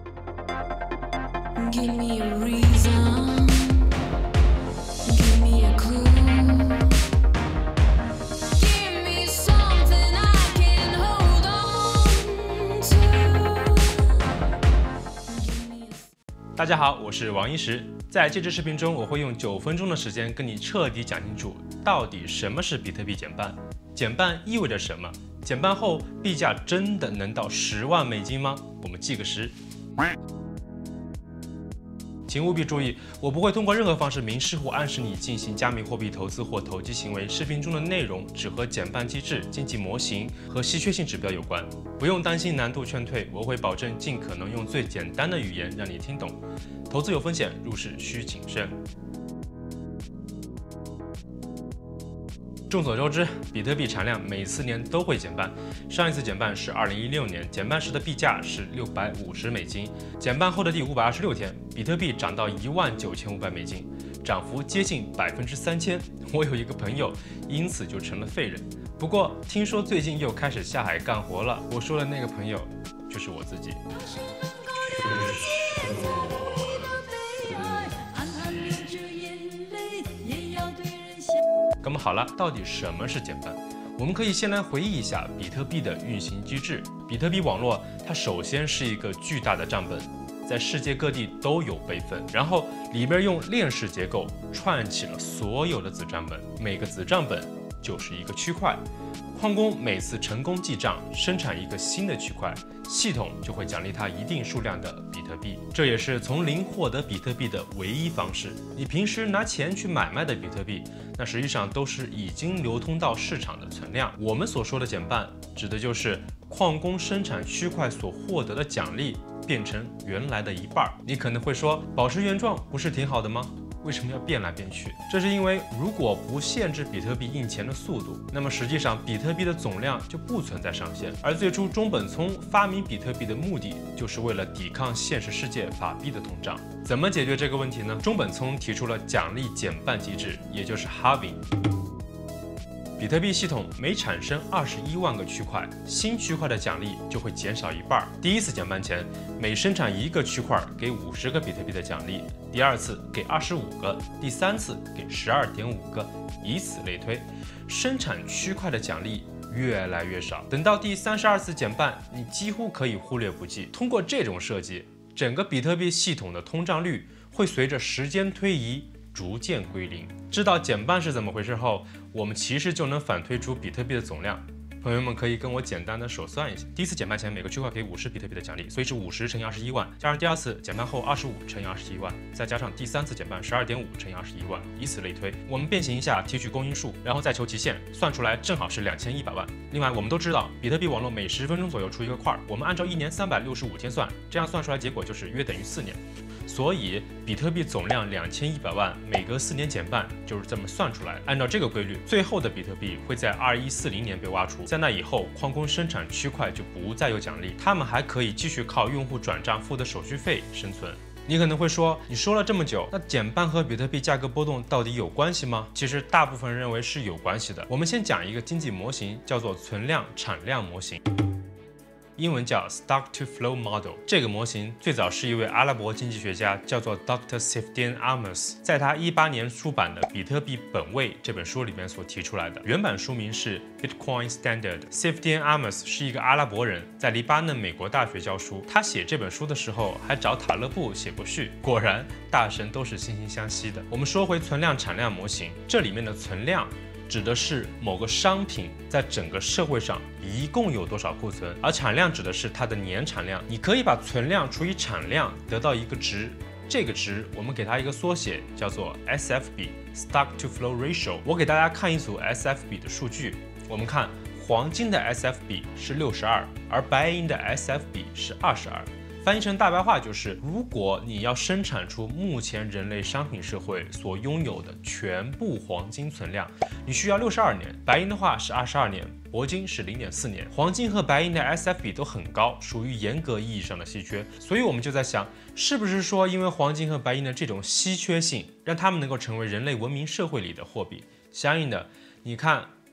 Give me a reason. Give me a clue. Give me something I can hold on to. Give me a 大家好，我是王一石。在这支视频中，我会用9分钟的时间跟你彻底讲清楚，到底什么是比特币减半，减半意味着什么，减半后币价真的能到10万美金吗？我们计个时。请务必注意，我不会通过任何方式明示或暗示你进行加密货币投资或投机行为。视频中的内容只和减半机制、经济模型和稀缺性指标有关，不用担心难度劝退，我会保证尽可能用最简单的语言让你听懂。投资有风险，入市需谨慎。众所周知，比特币产量每4年都会减半。上一次减半是2016年，减半时的币价是650美金。减半后的第526天，比特币涨到19500美金，涨幅接近3000%。我有一个朋友因此就成了废人。不过听说最近又开始下海干活了。我说的那个朋友就是我自己。那么好了，到底什么是减半？我们可以先来回忆一下比特币的运行机制。比特币网络它首先是一个巨大的账本，在世界各地都有备份，然后里边用链式结构串起了所有的子账本，每个子账本就是一个区块。矿工每次成功记账，生产一个新的区块，系统就会奖励他一定数量的比特币。这也是从零获得比特币的唯一方式。你平时拿钱去买卖的比特币，那实际上都是已经流通到市场的存量。我们所说的减半，指的就是矿工生产区块所获得的奖励变成原来的一半。你可能会说，保持原状不是挺好的吗？为什么要变来变去？这是因为如果不限制比特币印钱的速度，那么实际上比特币的总量就不存在上限。而最初中本聪发明比特币的目的，就是为了抵抗现实世界法币的通胀。怎么解决这个问题呢？中本聪提出了奖励减半机制，也就是 halving。比特币系统每产生21万个区块，新区块的奖励就会减少一半。第一次减半前，每生产1个区块给50个比特币的奖励，第二次给25个，第三次给12.5个，以此类推，生产区块的奖励越来越少。等到第32次减半，你几乎可以忽略不计。通过这种设计，整个比特币系统的通胀率会随着时间推移逐渐归零。知道减半是怎么回事后，我们其实就能反推出比特币的总量。朋友们可以跟我简单的手算一下，第一次减半前每个区块给50比特币的奖励，所以是50乘以21万，加上第二次减半后25乘以21万，再加上第三次减半12.5乘以21万，以此类推。我们变形一下，提取公因数，然后再求极限，算出来正好是2100万。另外，我们都知道比特币网络每10分钟左右出一个块，我们按照1年365天算，这样算出来结果就是约等于4年。所以，比特币总量2100万，每隔4年减半，就是这么算出来的。按照这个规律，最后的比特币会在2140年被挖出，在那以后，矿工生产区块就不再有奖励，他们还可以继续靠用户转账付的手续费生存。你可能会说，你说了这么久，那减半和比特币价格波动到底有关系吗？其实大部分人认为是有关系的。我们先讲一个经济模型，叫做存量产量模型。英文叫 Stock to Flow Model。这个模型最早是一位阿拉伯经济学家，叫做 Dr. Saifedean Ammous， 在他18年出版的《比特币本位》这本书里面所提出来的。原版书名是 Bitcoin Standard。Saifedean Ammous 是一个阿拉伯人，在黎巴嫩美国大学教书。他写这本书的时候还找塔勒布写过序。果然，大神都是惺惺相惜的。我们说回存量产量模型，这里面的存量指的是某个商品在整个社会上一共有多少库存，而产量指的是它的年产量。你可以把存量除以产量得到一个值，这个值我们给它一个缩写，叫做 SFB（Stock to Flow Ratio）。我给大家看一组 SFB 的数据，我们看黄金的 SFB 是62，而白银的 SFB 是22。翻译成大白话就是，如果你要生产出目前人类商品社会所拥有的全部黄金存量，你需要62年，白银的话是22年，铂金是0.4年。黄金和白银的 SFB 都很高，属于严格意义上的稀缺。所以我们就在想，是不是说因为黄金和白银的这种稀缺性，让它们能够成为人类文明社会里的货币？相应的，你看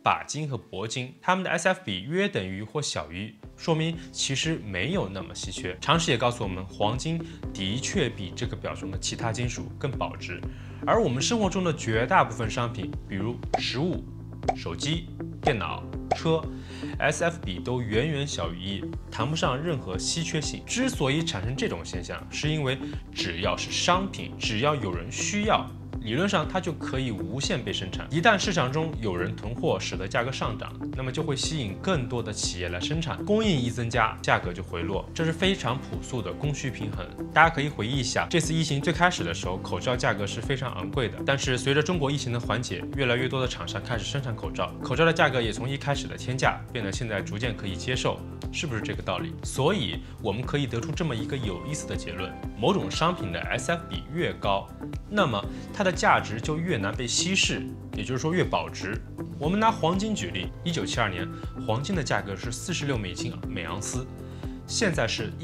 钯金和铂金，它们的 SF 比约等于或小于，说明其实没有那么稀缺。常识也告诉我们，黄金的确比这个表中的其他金属更保值，而我们生活中的绝大部分商品，比如食物、手机、电脑、车 SF 比都远远小于1，谈不上任何稀缺性。之所以产生这种现象，是因为只要是商品，只要有人需要，理论上它就可以无限被生产。一旦市场中有人囤货，使得价格上涨，那么就会吸引更多的企业来生产，供应一增加，价格就回落，这是非常朴素的供需平衡。大家可以回忆一下，这次疫情最开始的时候，口罩价格是非常昂贵的，但是随着中国疫情的缓解，越来越多的厂商开始生产口罩，口罩的价格也从一开始的天价变得现在逐渐可以接受，是不是这个道理？所以我们可以得出这么一个有意思的结论：某种商品的 SF 比越高，那么它的价值就越难被稀释，也就是说越保值。我们拿黄金举例，1972年黄金的价格是46美金每盎司，现在是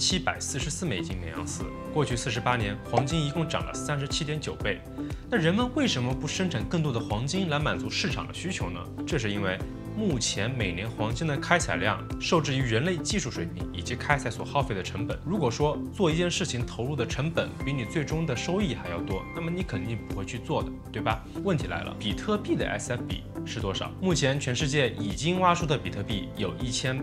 1744美金每盎司。过去48年，黄金一共涨了37.9倍。那人们为什么不生产更多的黄金来满足市场的需求呢？这是因为目前每年黄金的开采量受制于人类技术水平以及开采所耗费的成本。如果说做一件事情投入的成本比你最终的收益还要多，那么你肯定不会去做的，对吧？问题来了，比特币的 SF 比是多少？目前全世界已经挖出的比特币有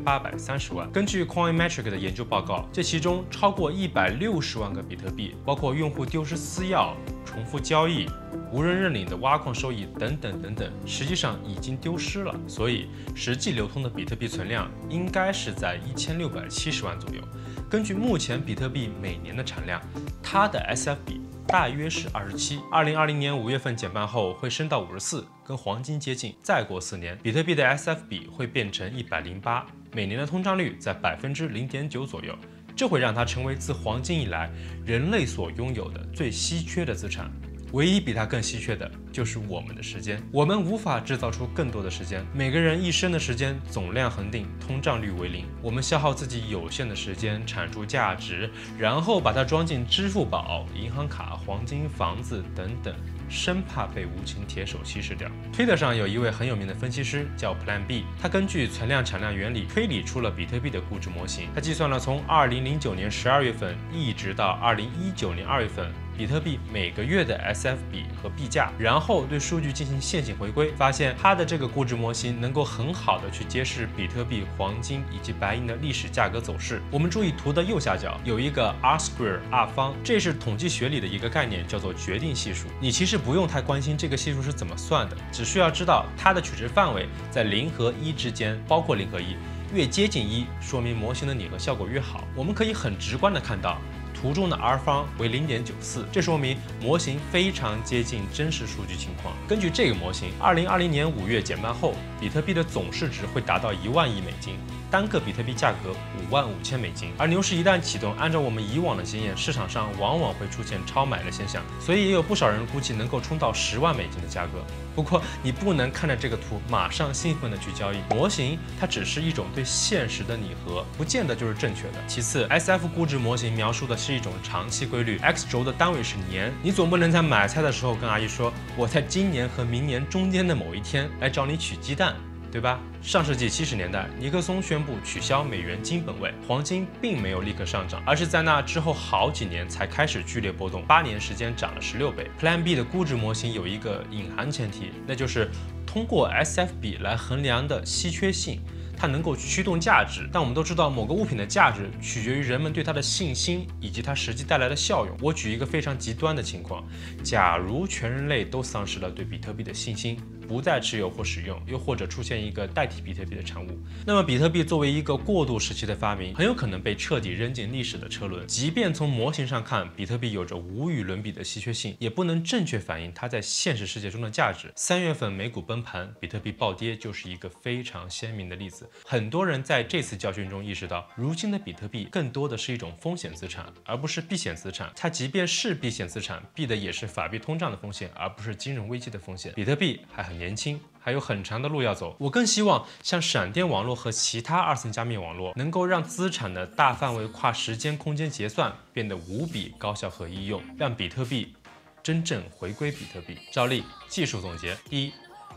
1830万。根据 Coinmetric 的研究报告，这其中超过160万个比特币，包括用户丢失私钥、重复交易、无人认领的挖矿收益等等等等，实际上已经丢失了。所以实际流通的比特币存量应该是在1670万左右。根据目前比特币每年的产量，它的 SF 比大约是27。2020年5月份减半后会升到54，跟黄金接近。再过4年，比特币的 SF 比会变成108，每年的通胀率在0.9%左右。这会让它成为自黄金以来人类所拥有的最稀缺的资产。唯一比它更稀缺的就是我们的时间，我们无法制造出更多的时间。每个人一生的时间总量恒定，通胀率为0。我们消耗自己有限的时间，产出价值，然后把它装进支付宝、银行卡、黄金、房子等等，生怕被无情铁手稀释掉。推特上有一位很有名的分析师叫 Plan B， 他根据存量产量原理推理出了比特币的估值模型。他计算了从2009年12月份一直到2019年2月份比特币每个月的 SF 比和币价，然后对数据进行线性回归，发现它的这个估值模型能够很好的去揭示比特币、黄金以及白银的历史价格走势。我们注意图的右下角有一个 R²， 这是统计学里的一个概念，叫做决定系数。你其实不用太关心这个系数是怎么算的，只需要知道它的取值范围在0和1之间，包括0和1，越接近1，说明模型的拟合效果越好。我们可以很直观的看到，图中的 R 方为0.94，这说明模型非常接近真实数据情况。根据这个模型，2020年5月减半后，比特币的总市值会达到1万亿美金，单个比特币价格55000美金。而牛市一旦启动，按照我们以往的经验，市场上往往会出现超买的现象，所以也有不少人估计能够冲到10万美金的价格。不过你不能看着这个图马上兴奋的去交易，模型它只是一种对现实的拟合，不见得就是正确的。其次 ，SF 估值模型描述的是一种长期规律 ，X 轴的单位是年，你总不能在买菜的时候跟阿姨说，我在今年和明年中间的某一天来找你取鸡蛋，对吧？上世纪70年代，尼克松宣布取消美元金本位，黄金并没有立刻上涨，而是在那之后好几年才开始剧烈波动，8年时间涨了16倍。Plan B 的估值模型有一个隐含前提，那就是通过 SF 比来衡量的稀缺性。它能够驱动价值，但我们都知道某个物品的价值取决于人们对它的信心以及它实际带来的效用。我举一个非常极端的情况，假如全人类都丧失了对比特币的信心，不再持有或使用，又或者出现一个代替比特币的产物，那么比特币作为一个过渡时期的发明，很有可能被彻底扔进历史的车轮。即便从模型上看，比特币有着无与伦比的稀缺性，也不能正确反映它在现实世界中的价值。3月份美股崩盘，比特币暴跌就是一个非常鲜明的例子。很多人在这次教训中意识到，如今的比特币更多的是一种风险资产，而不是避险资产。它即便是避险资产，避的也是法币通胀的风险，而不是金融危机的风险。比特币还很年轻，还有很长的路要走。我更希望像闪电网络和其他2层加密网络，能够让资产的大范围跨时间空间结算变得无比高效和易用，让比特币真正回归比特币。照例技术总结：第一，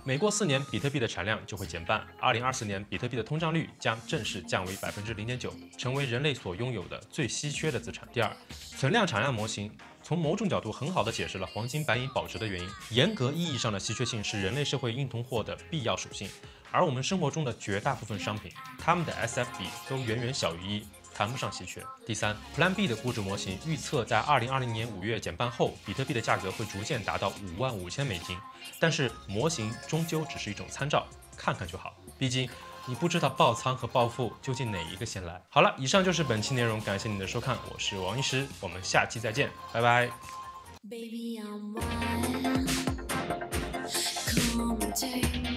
每过4年，比特币的产量就会减半。2024年，比特币的通胀率将正式降为0.9%，成为人类所拥有的最稀缺的资产。第二，存量产量模型从某种角度很好地解释了黄金、白银保值的原因。严格意义上的稀缺性是人类社会硬通货的必要属性，而我们生活中的绝大部分商品，它们的 SF 比都远远小于1。谈不上稀缺。第三 ，Plan B 的估值模型预测，在2020年5月减半后，比特币的价格会逐渐达到$55,000，但是模型终究只是一种参照，看看就好。毕竟你不知道爆仓和暴富究竟哪一个先来。好了，以上就是本期内容，感谢你的收看，我是王医师，我们下期再见，拜拜。 Baby, I'm wild. Come and take